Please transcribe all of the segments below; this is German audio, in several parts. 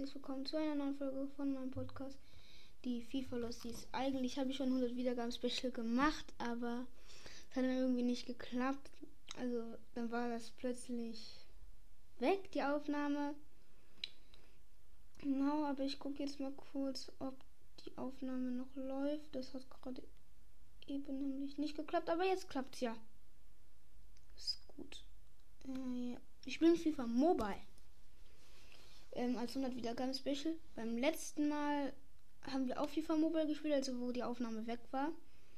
herzlich willkommen zu einer neuen Folge von meinem Podcast, die FIFA Losties. Eigentlich habe ich schon 100 Wiedergaben-Special gemacht, aber es hat dann irgendwie nicht geklappt. Also dann war das plötzlich weg, die Aufnahme. Genau, aber ich gucke jetzt mal kurz, ob die Aufnahme noch läuft. Das hat gerade eben nämlich nicht geklappt, aber jetzt klappt es ja. Ist gut. Ja. Ich spiele FIFA Mobile. Als 100 Wiedergaben-Special. Beim letzten Mal haben wir auch FIFA Mobile gespielt, also wo die Aufnahme weg war.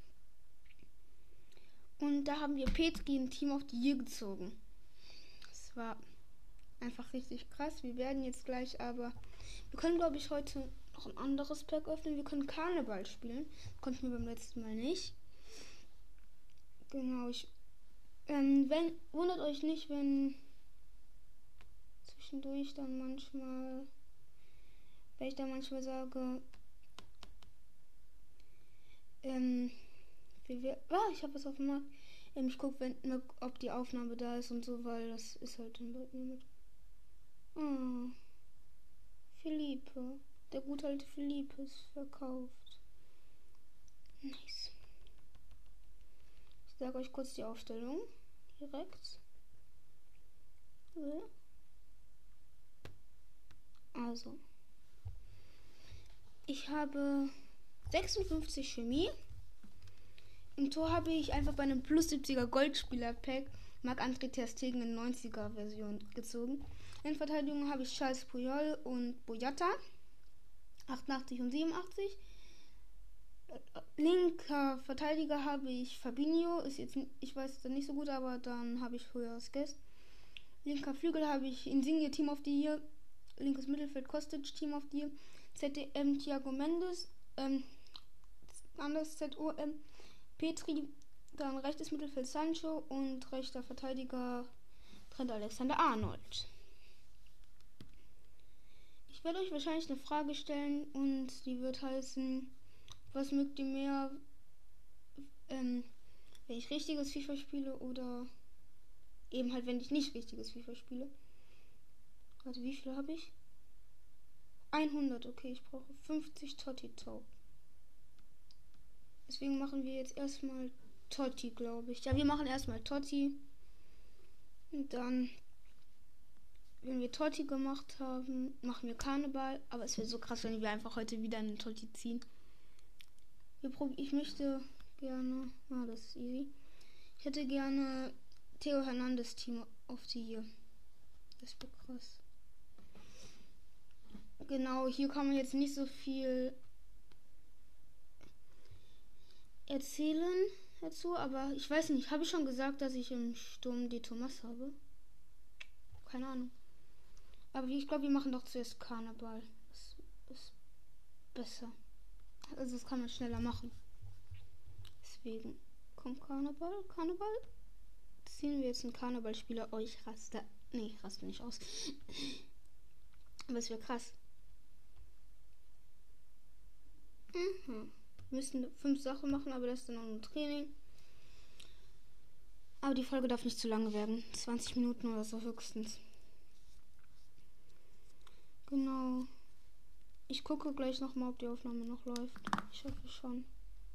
Und da haben wir Petri ein Team of the Year gezogen. Das war einfach richtig krass. Wir werden jetzt gleich aber... Wir können, glaube ich, heute noch ein anderes Pack öffnen. Wir können Karneval spielen. Konnten wir beim letzten Mal nicht. Genau, wundert euch nicht, wenn zwischendurch dann manchmal... Weil ich da manchmal sage... ich habe was auf dem Markt. Ich gucke, ob die Aufnahme da ist und so, weil das ist halt dann bei mir mit. Oh, Philippe. Der gute alte Philippe ist verkauft. Nice. Ich sage euch kurz die Aufstellung. Direkt. Also. Ich habe 56 Chemie. Im Tor habe ich einfach bei einem plus 70er Goldspieler-Pack Marc-André ter Stegen in 90er-Version gezogen. In Verteidigung habe ich Charles Puyol und Boyata. 88 und 87. Linker Verteidiger habe ich Fabinho. Ist jetzt, ich weiß es nicht so gut, aber dann habe ich Höheres Guest. Linker Flügel habe ich Insigne Team of the Year. Linkes Mittelfeld Kostic Team of the Year. ZDM Thiago Mendes. Anders ZOM Petri, dann rechtes Mittelfeld Sancho und rechter Verteidiger Trent Alexander-Arnold. Ich werde euch wahrscheinlich eine Frage stellen und die wird heißen, was mögt ihr mehr, wenn ich richtiges FIFA spiele oder eben halt, wenn ich nicht richtiges FIFA spiele. Warte, wie viele habe ich? 100, okay, ich brauche 50 Totti-Tauben. Deswegen machen wir jetzt erstmal Totti, glaube ich. Ja, wir machen erstmal Totti. Und dann, wenn wir Totti gemacht haben, machen wir Karneval. Aber es wäre so krass, wenn wir einfach heute wieder einen Totti ziehen. Ich möchte gerne... das ist easy. Ich hätte gerne Theo Hernandez Team of the Year. Das wäre krass. Genau, hier kann man jetzt nicht so viel erzählen dazu, aber ich weiß nicht, habe ich schon gesagt, dass ich im Sturm die Thomas habe? Keine Ahnung. Aber ich glaube, wir machen doch zuerst Karneval. Das ist besser. Also das kann man schneller machen. Deswegen kommt Karneval. Ziehen wir jetzt einen Karnevalspieler. Oh, ich raste. Nee, ich raste nicht aus. Aber es wäre krass. Wir müssen 5 Sachen machen, aber das ist dann auch ein Training. Aber die Folge darf nicht zu lange werden. 20 Minuten oder so höchstens. Genau. Ich gucke gleich nochmal, ob die Aufnahme noch läuft. Ich hoffe schon.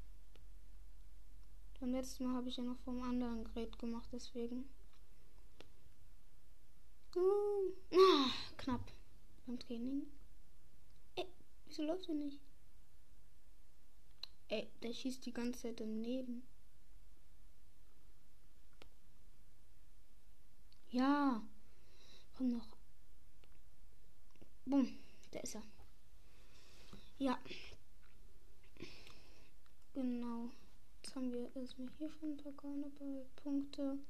Beim letzten Mal habe ich ja noch vom anderen Gerät gemacht, deswegen. Knapp. Beim Training. Wieso läuft er nicht? Der schießt die ganze Zeit daneben. Ja. Komm noch. Bumm. Da ist er. Ja. Genau. Jetzt haben wir erstmal hier schon ein paar Karneval-Punkte.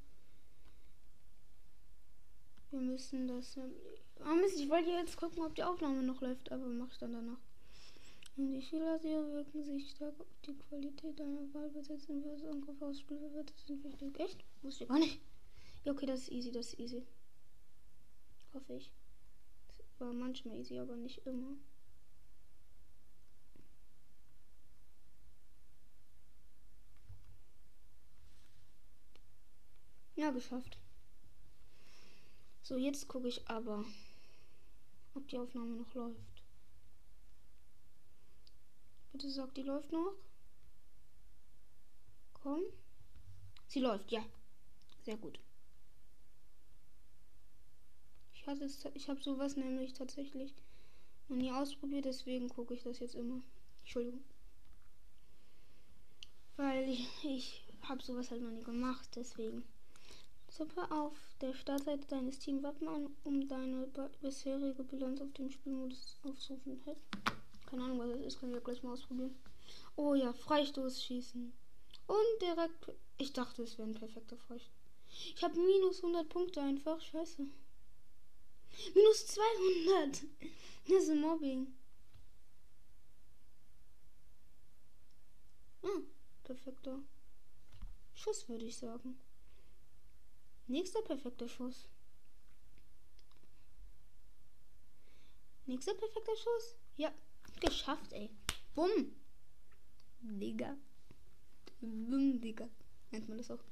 Wir müssen das... ich wollte jetzt gucken, ob die Aufnahme noch läuft, aber mach ich dann danach. Und die Spieler wirken sich stark auf die Qualität deiner Wahl besetzen wird. Angriff aus Spielverwirrt sind wichtig. Echt? Wusste ich gar nicht. Ja, okay, das ist easy. Hoffe ich. Das war manchmal easy, aber nicht immer. Ja, geschafft. So, jetzt gucke ich aber, ob die Aufnahme noch läuft. Bitte sag, die läuft noch. Komm. Sie läuft, ja. Sehr gut. Ich habe sowas nämlich tatsächlich noch nie ausprobiert, deswegen gucke ich das jetzt immer. Entschuldigung. Weil ich habe sowas halt noch nie gemacht, deswegen. Suppe auf der Startseite deines Teamwappen an, um deine bisherige Bilanz auf dem Spielmodus aufzurufen. Keine Ahnung, was das ist, können wir gleich mal ausprobieren. Oh ja, Freistoß schießen. Und direkt. Ich dachte, es wäre ein perfekter Freistoß. Ich habe minus 100 Punkte einfach. Scheiße. Minus 200. Das ist Mobbing. Ah, perfekter Schuss, würde ich sagen. Nächster perfekter Schuss. Nächster perfekter Schuss. Ja, geschafft, ey. Bumm. Digga. Bumm, Digga. Nennt man das auch.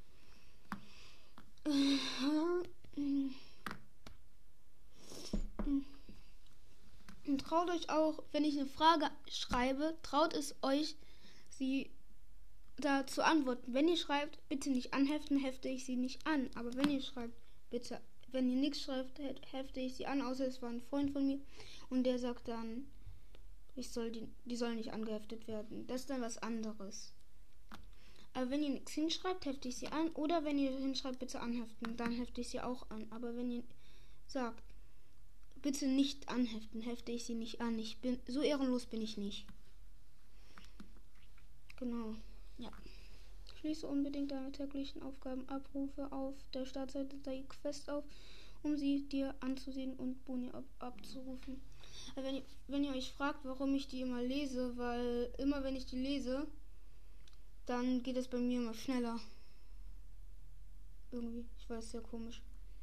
Und traut euch auch, wenn ich eine Frage schreibe, traut es euch, sie da zu antworten. Wenn ihr schreibt, bitte nicht anheften, hefte ich sie nicht an. Aber wenn ihr schreibt, bitte, wenn ihr nichts schreibt, hefte ich sie an, außer es war ein Freund von mir und der sagt dann, die sollen nicht angeheftet werden. Das ist dann was anderes. Aber wenn ihr nichts hinschreibt, hefte ich sie an. Oder wenn ihr hinschreibt, bitte anheften, dann hefte ich sie auch an. Aber wenn ihr sagt, bitte nicht anheften, hefte ich sie nicht an. So ehrenlos bin ich nicht. Genau. Ja. Schließe unbedingt deine täglichen Aufgabenabrufe auf der Startseite der Quest auf, um sie dir anzusehen und Boni abzurufen. Also wenn ihr euch fragt, warum ich die immer lese, weil immer wenn ich die lese, dann geht es bei mir immer schneller. Irgendwie. Ich weiß, sehr komisch.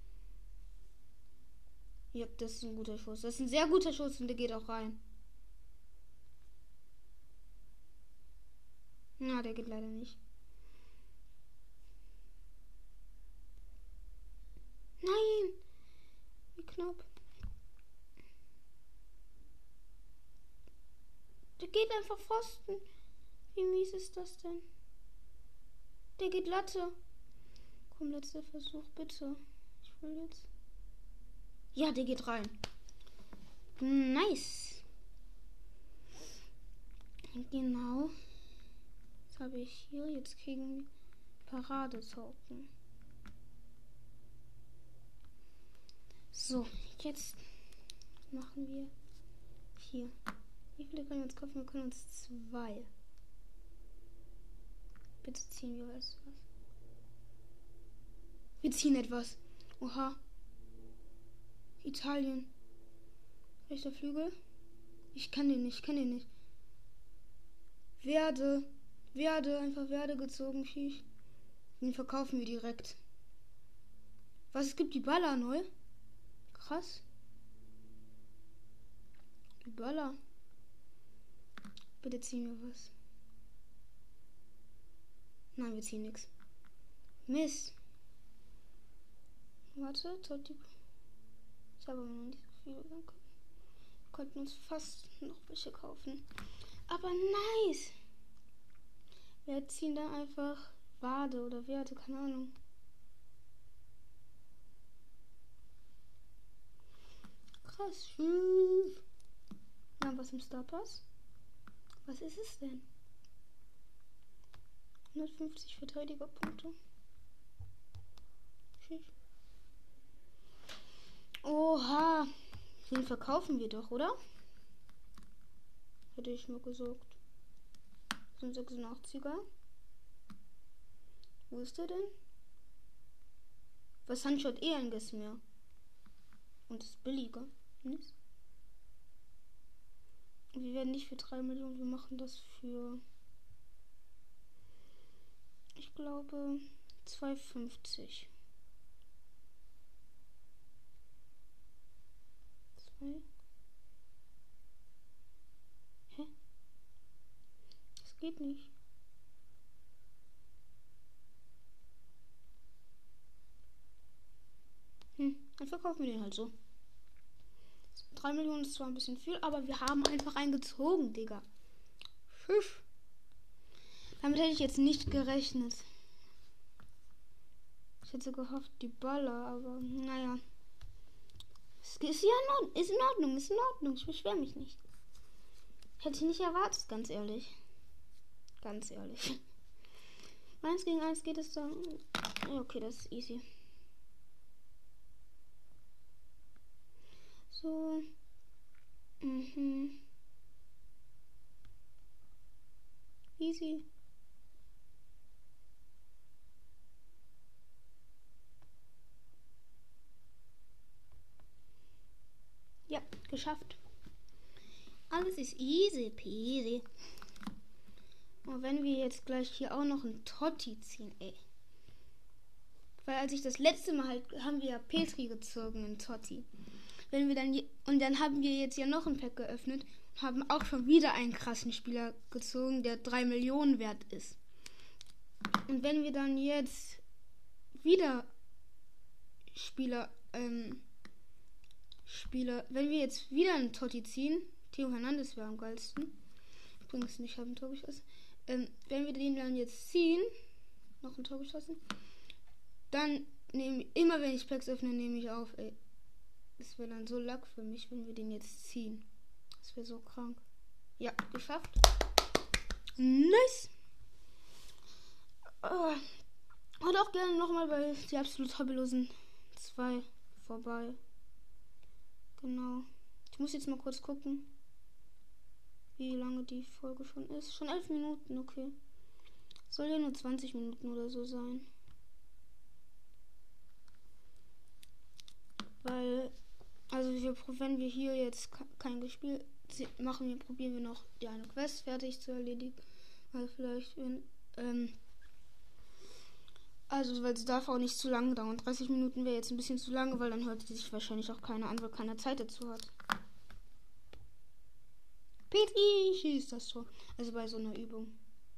Ja, das ist ein guter Schuss. Das ist ein sehr guter Schuss und der geht auch rein. Na, der geht leider nicht. Nein! Wie knapp. Der geht einfach Pfosten. Wie mies ist das denn? Der geht Latte. Komm, letzter Versuch, bitte. Ich will jetzt. Ja, der geht rein. Nice. Genau. Was habe ich hier? Jetzt kriegen wir Paradetoken. So, jetzt machen wir hier. Wie viele können wir uns kaufen? Wir können uns 2. Bitte ziehen wir was. Wir ziehen etwas. Oha. Italien. Rechter Flügel. Ich kann den nicht. Werde, einfach Werde gezogen. Den verkaufen wir direkt. Was, es gibt die Baller neu? Krass. Die Baller. Bitte ziehen wir was. Nein, wir ziehen nichts. Mist. Warte, Totti. Ich habe aber noch nicht so viele. Wir konnten uns fast noch welche kaufen. Aber nice. Wir ziehen da einfach Wade oder Werte, keine Ahnung. Krass. Na, was im Starpass? Was ist es denn? 150 Verteidigerpunkte. Oha. Den verkaufen wir doch, oder? Hätte ich mal gesagt. So ein 86er. Wo ist der denn? Was Sancho hat ein Guess mehr. Und ist billiger. Nicht? Wir werden nicht für 3 Millionen, wir machen das für, ich glaube, 2,50. 2. Hä? Das geht nicht. Dann verkaufen wir den halt so. 3 Millionen ist zwar ein bisschen viel, aber wir haben einfach einen gezogen, Digga. Pfiff. Damit hätte ich jetzt nicht gerechnet. Ich hätte gehofft, die Baller, aber naja. Es ist ja ist in Ordnung. Ich beschwere mich nicht. Hätte ich nicht erwartet, ganz ehrlich. Ganz ehrlich. 1 gegen 1 geht es dann. Ja, okay, das ist easy. So. Easy. Ja, geschafft. Alles ist easy peasy. Und wenn wir jetzt gleich hier auch noch einen Totti ziehen, ey. Weil als ich das letzte Mal halt, haben wir ja Petri gezogen in Totti. Wenn wir dann und dann haben wir jetzt ja noch ein Pack geöffnet und haben auch schon wieder einen krassen Spieler gezogen, der 3 Millionen wert ist. Und wenn wir dann jetzt wieder wenn wir jetzt wieder einen Totti ziehen, Theo Hernandez wäre am geilsten. Übrigens nicht, habe ein Tor geschossen. Wenn wir den dann jetzt ziehen, noch ein Tor geschossen, dann immer wenn ich Packs öffne, nehme ich auf, ey. Das wäre dann so Lack für mich, wenn wir den jetzt ziehen. Das wäre so krank. Ja, geschafft. Nice. Und auch gerne nochmal bei die absolut hobbylosen 2 vorbei. Genau. Ich muss jetzt mal kurz gucken, wie lange die Folge schon ist. Schon 11 Minuten, okay. Soll ja nur 20 Minuten oder so sein. Weil, also wenn wir hier jetzt kein Gespiel machen, probieren wir noch die eine Quest fertig zu erledigen. Weil vielleicht, weil es darf auch nicht zu lange dauern. 30 Minuten wäre jetzt ein bisschen zu lange, weil dann hört sich wahrscheinlich auch keiner an, weil keiner Zeit dazu hat. Petri schießt das Tor. Also bei so einer Übung.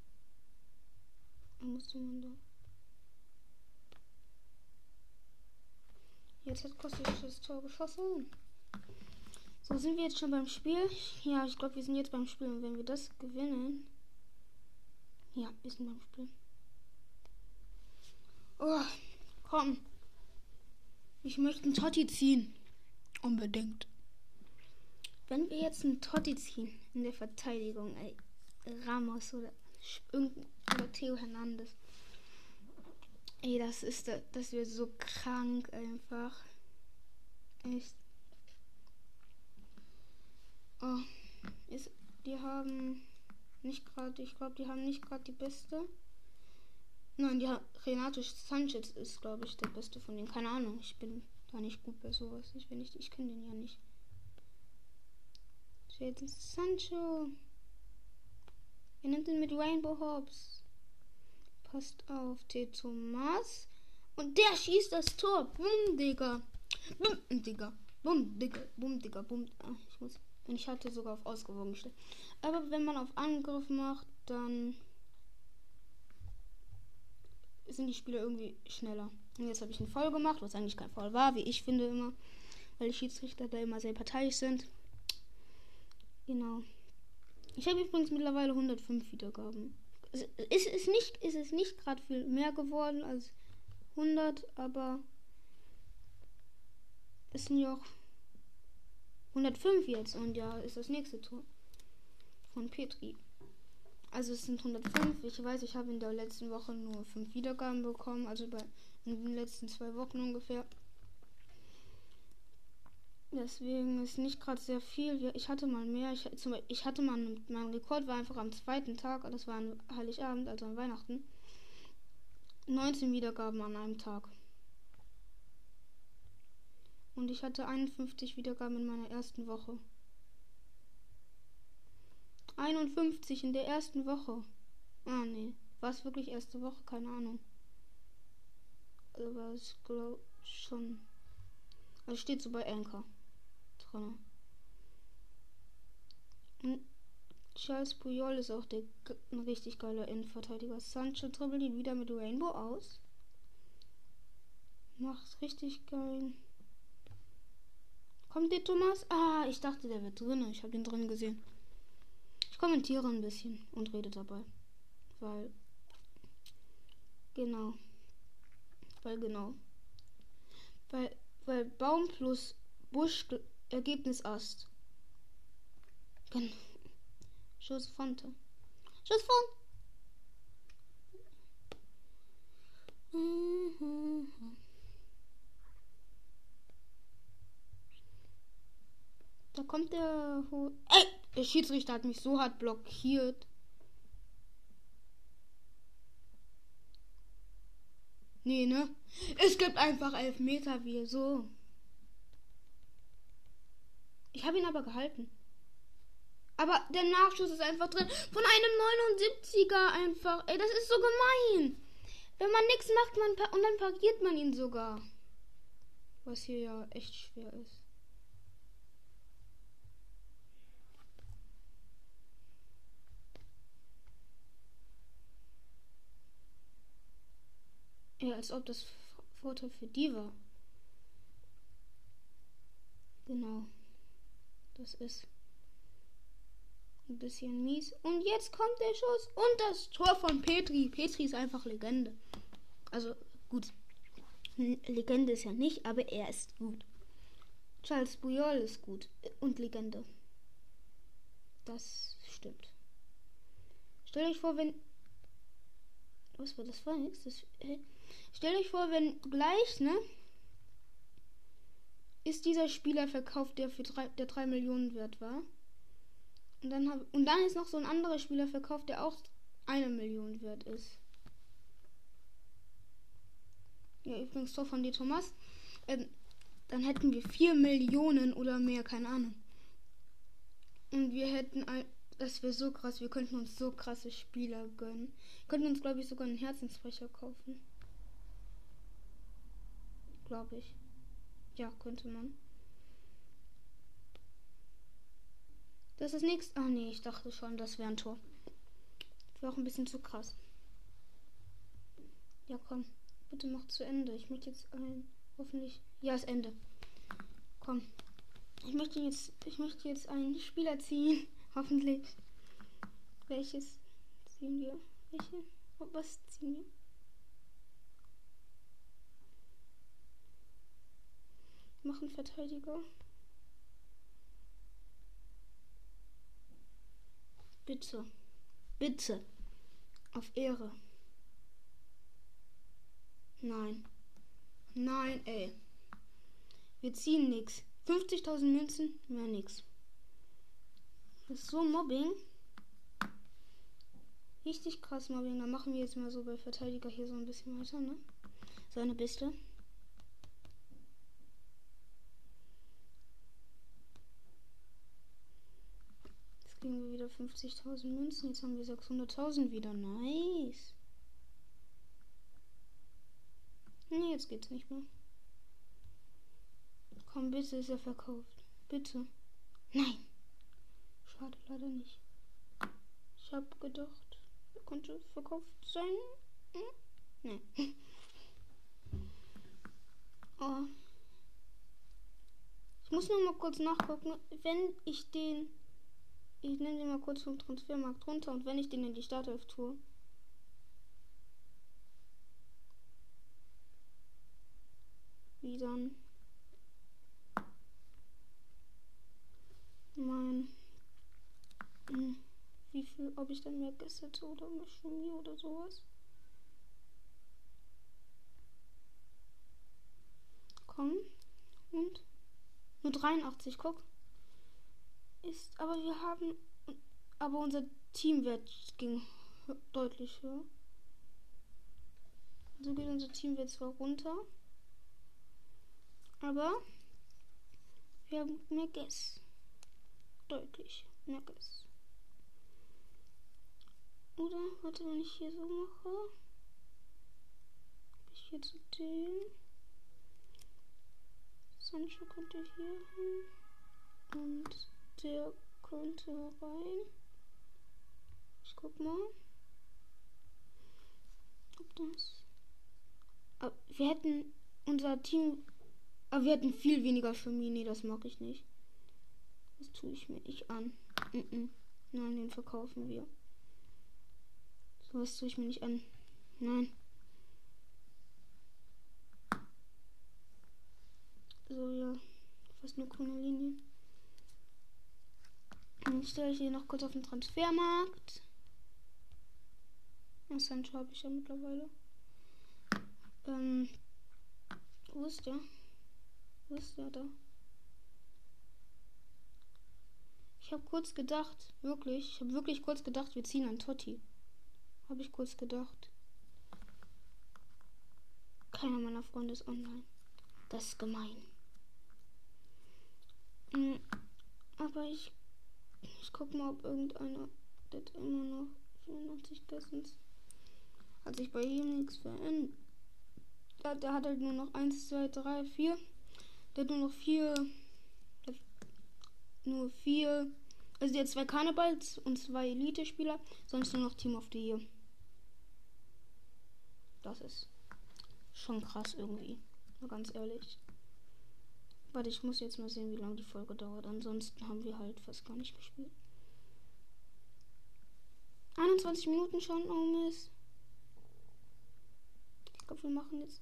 Musste man da. Jetzt hat Kostic das Tor geschossen. So, sind wir jetzt schon beim Spiel? Ja, ich glaube, wir sind jetzt beim Spiel. Und wenn wir das gewinnen... Ja, wir sind beim Spiel. Oh, komm. Ich möchte einen Totti ziehen. Unbedingt. Wenn wir jetzt einen Totti ziehen in der Verteidigung, ey, Ramos oder Theo Hernandez. Ey, das wird so krank einfach. Echt. Oh, die haben nicht gerade, ich glaube, die haben nicht gerade die beste. Nein, Renato Sanchez ist, glaube ich, der beste von denen. Keine Ahnung, ich bin da nicht gut bei sowas. Ich kenne den ja nicht. Jadon Sancho. Er nimmt ihn mit Rainbow Hobbs. Passt auf, T. Thomas. Und der schießt das Tor. Bumm, Digga. Bumm, Digga. Bumm, Digga. Bumm, Digga. Bumm. Ich hatte sogar auf ausgewogen gestellt. Aber wenn man auf Angriff macht, dann sind die Spieler irgendwie schneller. Und jetzt habe ich einen Foul gemacht, was eigentlich kein Foul war, wie ich finde immer. Weil die Schiedsrichter da immer sehr parteiisch sind. Genau. Ich habe übrigens mittlerweile 105 Wiedergaben. Es ist nicht gerade viel mehr geworden als 100, aber es sind ja auch 105 jetzt und ja, ist das nächste Tor von Petri. Also es sind 105. Ich weiß, ich habe in der letzten Woche nur 5 Wiedergaben bekommen, also in den letzten 2 Wochen ungefähr. Deswegen ist nicht gerade sehr viel. Ich hatte mal mehr. Mein Rekord war einfach am 2. Tag, das war an Heiligabend, also an Weihnachten. 19 Wiedergaben an einem Tag. Und ich hatte 51 Wiedergaben in meiner ersten Woche. 51 in der ersten Woche. Ah, nee. War es wirklich erste Woche? Keine Ahnung. Aber ich glaube schon. Also steht so bei Anchor drin. Und Charles Puyol ist auch ein richtig geiler Innenverteidiger. Sancho dribbelt ihn wieder mit Rainbow aus. Macht richtig geil. Kommt der Thomas? Ah, ich dachte, der wird drin. Ich habe den drin gesehen. Ich kommentiere ein bisschen und rede dabei. Weil genau. Weil Baum plus Busch Ergebnis Ast. Schuss Fonte. Schuss Fonte. Da kommt der Ey! Der Schiedsrichter hat mich so hart blockiert. Nee, ne? Es gibt einfach 11 Meter, wie so. Ich habe ihn aber gehalten. Aber der Nachschuss ist einfach drin. Von einem 79er einfach. Ey, das ist so gemein. Wenn man nichts macht, und dann pariert man ihn sogar. Was hier ja echt schwer ist. Ja, als ob das Vorteil für die war. Genau. Das ist ein bisschen mies. Und jetzt kommt der Schuss und das Tor von Petri. Petri ist einfach Legende. Also gut. Legende ist ja nicht, aber er ist gut. Charles Puyol ist gut und Legende. Das stimmt. Stellt euch vor, wenn... Was war das? War nichts. Stellt euch vor, wenn gleich, ne? Ist dieser Spieler verkauft, der 3 Millionen wert war. Und dann ist noch so ein anderer Spieler verkauft, der auch 1 Million wert ist. Ja, übrigens Tor von D. Thomas. Dann hätten wir 4 Millionen oder mehr, keine Ahnung. Und wir hätten das wäre so krass, wir könnten uns so krasse Spieler gönnen. Wir könnten uns, glaube ich, sogar einen Herzensbrecher kaufen. Glaube ich. Ja, könnte man. Das ist nichts. Ach nee, ich dachte schon, das wäre ein Tor. Das wäre auch ein bisschen zu krass. Ja, komm. Bitte mach zu Ende. Ich möchte jetzt hoffentlich... Ja, das Ende. Komm. Ich möchte jetzt einen Spieler ziehen. Hoffentlich. Welches ziehen wir? Was ziehen wir? Machen Verteidiger. Bitte. Bitte. Auf Ehre. Nein. Nein, ey. Wir ziehen nix. 50.000 Münzen, mehr nix. Das ist so Mobbing. Richtig krass Mobbing. Da machen wir jetzt mal so bei Verteidiger hier so ein bisschen weiter, ne? So eine Beste. Jetzt kriegen wir wieder 50.000 Münzen. Jetzt haben wir 600.000 wieder. Nice. Nee, jetzt geht's nicht mehr. Komm, bitte ist er verkauft. Bitte. Nein. Schade, leider nicht. Ich habe gedacht, er konnte verkauft sein. Nee. Oh. Ich muss noch mal kurz nachgucken. Wenn ich den... Ich nehme den mal kurz vom Transfermarkt runter und wenn ich den in die Startelf tue... Wie dann... Wie viel, ob ich dann mehr Gäste oder mehr Chemie oder sowas. Komm. Und? Nur 83, guck. Aber wir haben... Aber unser Teamwert ging deutlich höher. So geht unser Teamwert zwar runter. Aber wir haben mehr Gäste. Deutlich mehr Gäste. Oder, warte, wenn ich hier so mache. Hab ich hier zu den. Sancho könnte hier hin. Und der könnte rein. Ich guck mal. Ob das. Aber wir hätten unser Team. Aber wir hätten viel weniger Chemie. Nee, das mag ich nicht. Das tue ich mir nicht an. Nein, den verkaufen wir. So was tue ich mir nicht an. Nein. So, ja. Fast nur grüne Linien. Dann stelle ich hier noch kurz auf den Transfermarkt. Sancho habe ich ja mittlerweile. Wo ist der? Wo ist der da? Ich habe kurz gedacht, ich habe wirklich kurz gedacht, wir ziehen an Totti. Habe ich kurz gedacht. Keiner meiner Freunde ist online. Das ist gemein. Aber ich gucke mal, ob irgendeiner, der hat immer noch 94 Gessens. Hat sich bei ihm nichts verändert. Der hat halt nur noch 1, 2, 3, 4. Der hat nur noch 4. Nur 4. Also der hat 2 Karnevals und 2 Elite-Spieler. Sonst nur noch Team of the Year. Das ist schon krass irgendwie. Mal ganz ehrlich. Warte, ich muss jetzt mal sehen, wie lange die Folge dauert. Ansonsten haben wir halt fast gar nicht gespielt. 21 Minuten schon, oh Mist. Ich glaube, wir machen jetzt.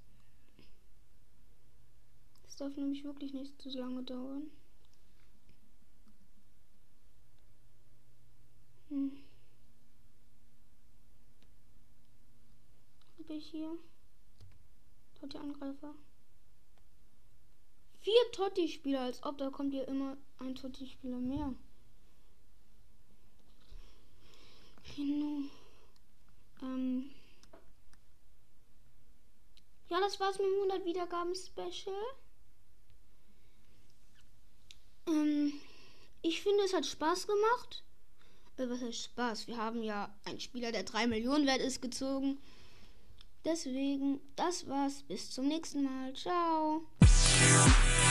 Das darf nämlich wirklich nicht zu lange dauern. Habe ich hier? Totti-Angreifer. 4 Totti-Spieler, als ob da kommt hier immer ein Totti-Spieler mehr. Genau. Ja, das war's mit dem 100 Wiedergaben-Special. Ich finde, es hat Spaß gemacht. Was heißt Spaß? Wir haben ja einen Spieler, der 3 Millionen wert ist, gezogen. Deswegen, das war's. Bis zum nächsten Mal. Ciao.